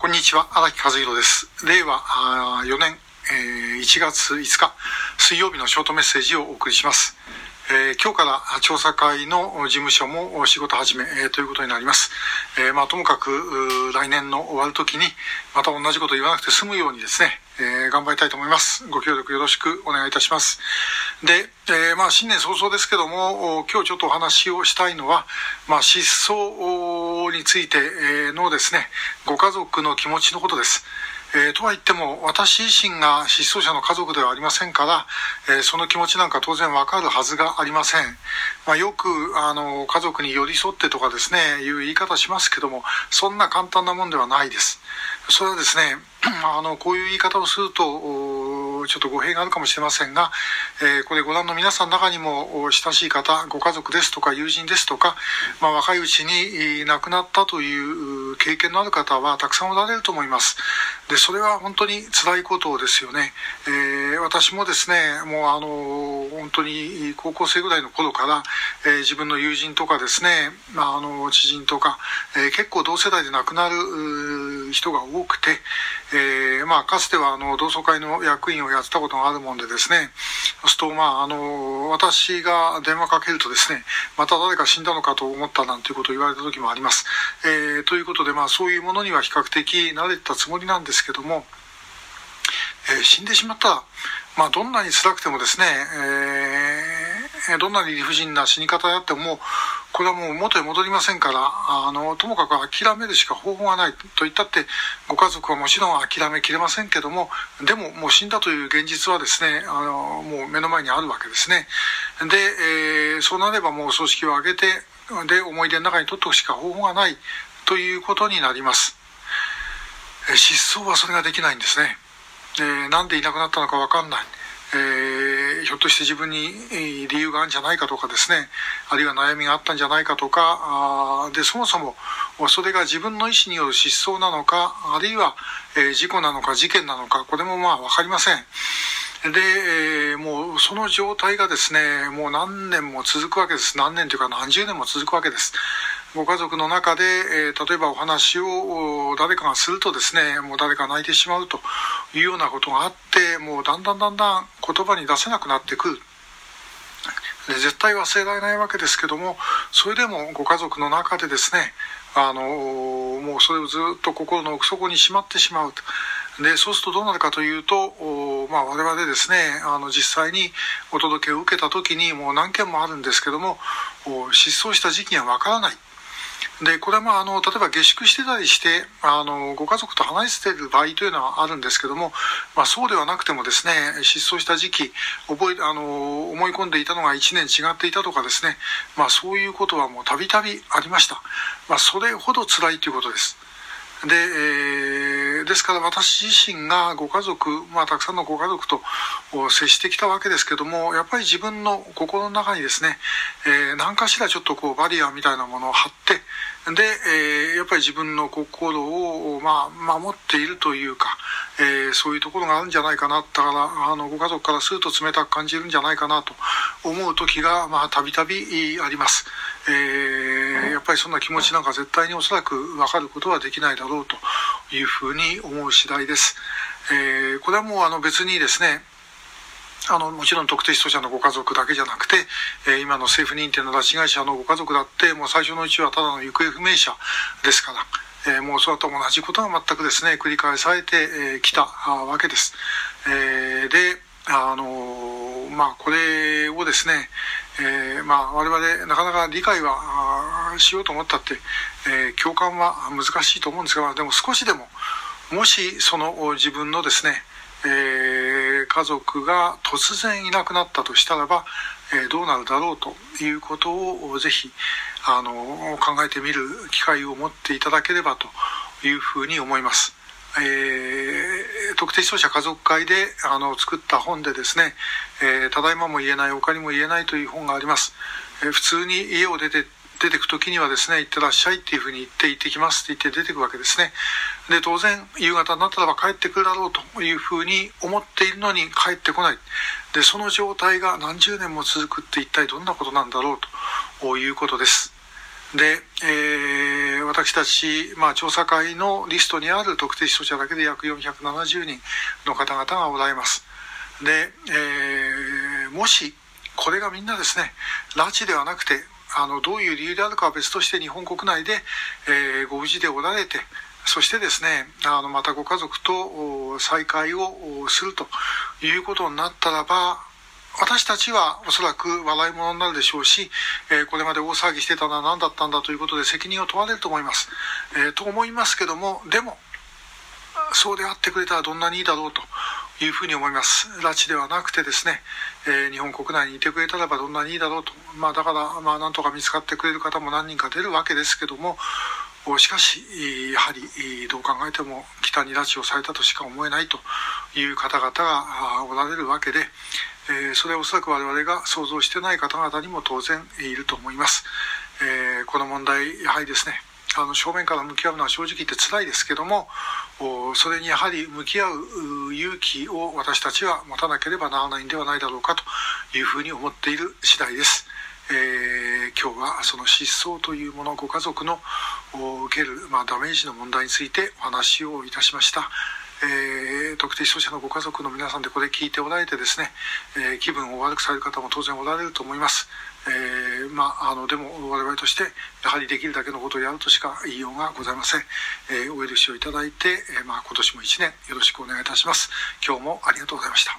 こんにちは、荒木和弘です。令和4年1月5日水曜日のショートメッセージをお送りします。今日から調査会の事務所も仕事始めということになります。ともかく来年の終わる時にまた同じこと言わなくて済むようにですね、頑張りたいと思います。ご協力よろしくお願いいたします。で、新年早々ですけども、今日ちょっとお話をしたいのは、失踪についてのですね、ご家族の気持ちのことです。とは言っても私自身が失踪者の家族ではありませんから、その気持ちなんか当然わかるはずがありません。よく家族に寄り添ってとかですねいう言い方しますけども、そんな簡単なもんではないです。それはですねこういう言い方をするとちょっと語弊があるかもしれませんが、これご覧の皆さんの中にも親しい方、ご家族ですとか友人ですとか、若いうちに亡くなったという経験のある方はたくさんおられると思います。で、それは本当に辛いことですよね。私もですね、もう本当に高校生ぐらいの頃から、自分の友人とかですね、知人とか、結構同世代で亡くなる人が多くて、かつては同窓会の役員をやってたことがあるもんでですね、そうすると私が電話かけるとですね、また誰か死んだのかと思ったなんていうことを言われた時もあります。ということでそういうものには比較的慣れてたつもりなんですけども、死んでしまったら、どんなに辛くてもですね、どんなに理不尽な死に方であっても、これはもう元へ戻りませんから、ともかく諦めるしか方法がないと言ったって、ご家族はもちろん諦めきれませんけども、でももう死んだという現実はですね、もう目の前にあるわけですね。で、そうなればもうお葬式を挙げて、で、思い出の中に取っておくしか方法がないということになります。失踪はそれができないんですね。なんでいなくなったのか分かんない。ひょっとして自分に理由があるんじゃないかとかですね、あるいは悩みがあったんじゃないかとか、でそもそもそれが自分の意思による失踪なのか、あるいは事故なのか事件なのか、これも分かりません。で、もうその状態がですね、もう何年も続くわけです。何年というか何十年も続くわけです。ご家族の中で、例えばお話を誰かがするとですね、もう誰か泣いてしまうというようなことがあって、もうだんだん言葉に出せなくなってくる。で、絶対忘れられないわけですけども、それでもご家族の中でですね、もうそれをずっと心の奥底にしまってしまうと。で、そうするとどうなるかというと、我々ですね、実際にお届けを受けた時にもう何件もあるんですけども、失踪した時期がわからない。で、これは例えば下宿してたりして、ご家族と離れている場合というのはあるんですけども、そうではなくてもですね、失踪した時期、思い込んでいたのが1年違っていたとかですね、そういうことはもうたびたびありました。それほど辛いということです。で、ですから私自身がご家族、たくさんのご家族と接してきたわけですけども、やっぱり自分の心の中にですね、何かしらちょっとバリアみたいなものを張って、で、やっぱり自分の心を、守っているというか、そういうところがあるんじゃないかな。だからご家族からすると冷たく感じるんじゃないかなと思う時がたびたびあります。やっぱりそんな気持ちなんか絶対におそらく分かることはできないだろうというふうに思う次第です。これはもう別にですね、もちろん特定失踪者のご家族だけじゃなくて、今の政府認定の拉致被害者のご家族だって、もう最初のうちはただの行方不明者ですから、もうそれと同じことが全くですね、繰り返されてきたわけです。で、これをですね、我々なかなか理解はしようと思ったって、共感は難しいと思うんですが、でも少しでも、もしその自分のですね、家族が突然いなくなったとしたらば、どうなるだろうということをぜひ考えてみる機会を持っていただければというふうに思います。特定失踪者家族会で作った本でですね、ただいまも言えない、他にも言えないという本があります。普通に家を出てくときにはですね、行ってらっしゃいっていうふうに言って行ってきますって言って出てくわけですね。で、当然夕方になったらば帰ってくるだろうというふうに思っているのに帰ってこない。で、その状態が何十年も続くって一体どんなことなんだろうということです。で、 私たち、調査会のリストにある特定失踪者だけで約470人の方々がおられます。で、もしこれがみんなですね、拉致ではなくて、どういう理由であるかは別として日本国内で、ご無事でおられて、そしてですね、またご家族と再会をするということになったらば、私たちはおそらく笑い物になるでしょうし、これまで大騒ぎしてたのは何だったんだということで責任を問われると思います。と思いますけども、でも、そうであってくれたらどんなにいいだろうというふうに思います。拉致ではなくてですね、日本国内にいてくれたらばどんなにいいだろうと。だから、なんとか見つかってくれる方も何人か出るわけですけども、しかし、やはりどう考えても北に拉致をされたとしか思えないという方々がおられるわけで、それはおそらく我々が想像してない方々にも当然いると思います。この問題、やはりですね、正面から向き合うのは正直言って辛いですけども、それにやはり向き合う勇気を私たちは持たなければならないんではないだろうかというふうに思っている次第です。今日はその失踪というもの、ご家族の受ける、ダメージの問題についてお話をいたしました。特定失踪者のご家族の皆さんでこれ聞いておられてですね、気分を悪くされる方も当然おられると思います。でも我々としてやはりできるだけのことをやるとしか言いようがございません。お許しをいただいて、今年も1年よろしくお願いいたします。今日もありがとうございました。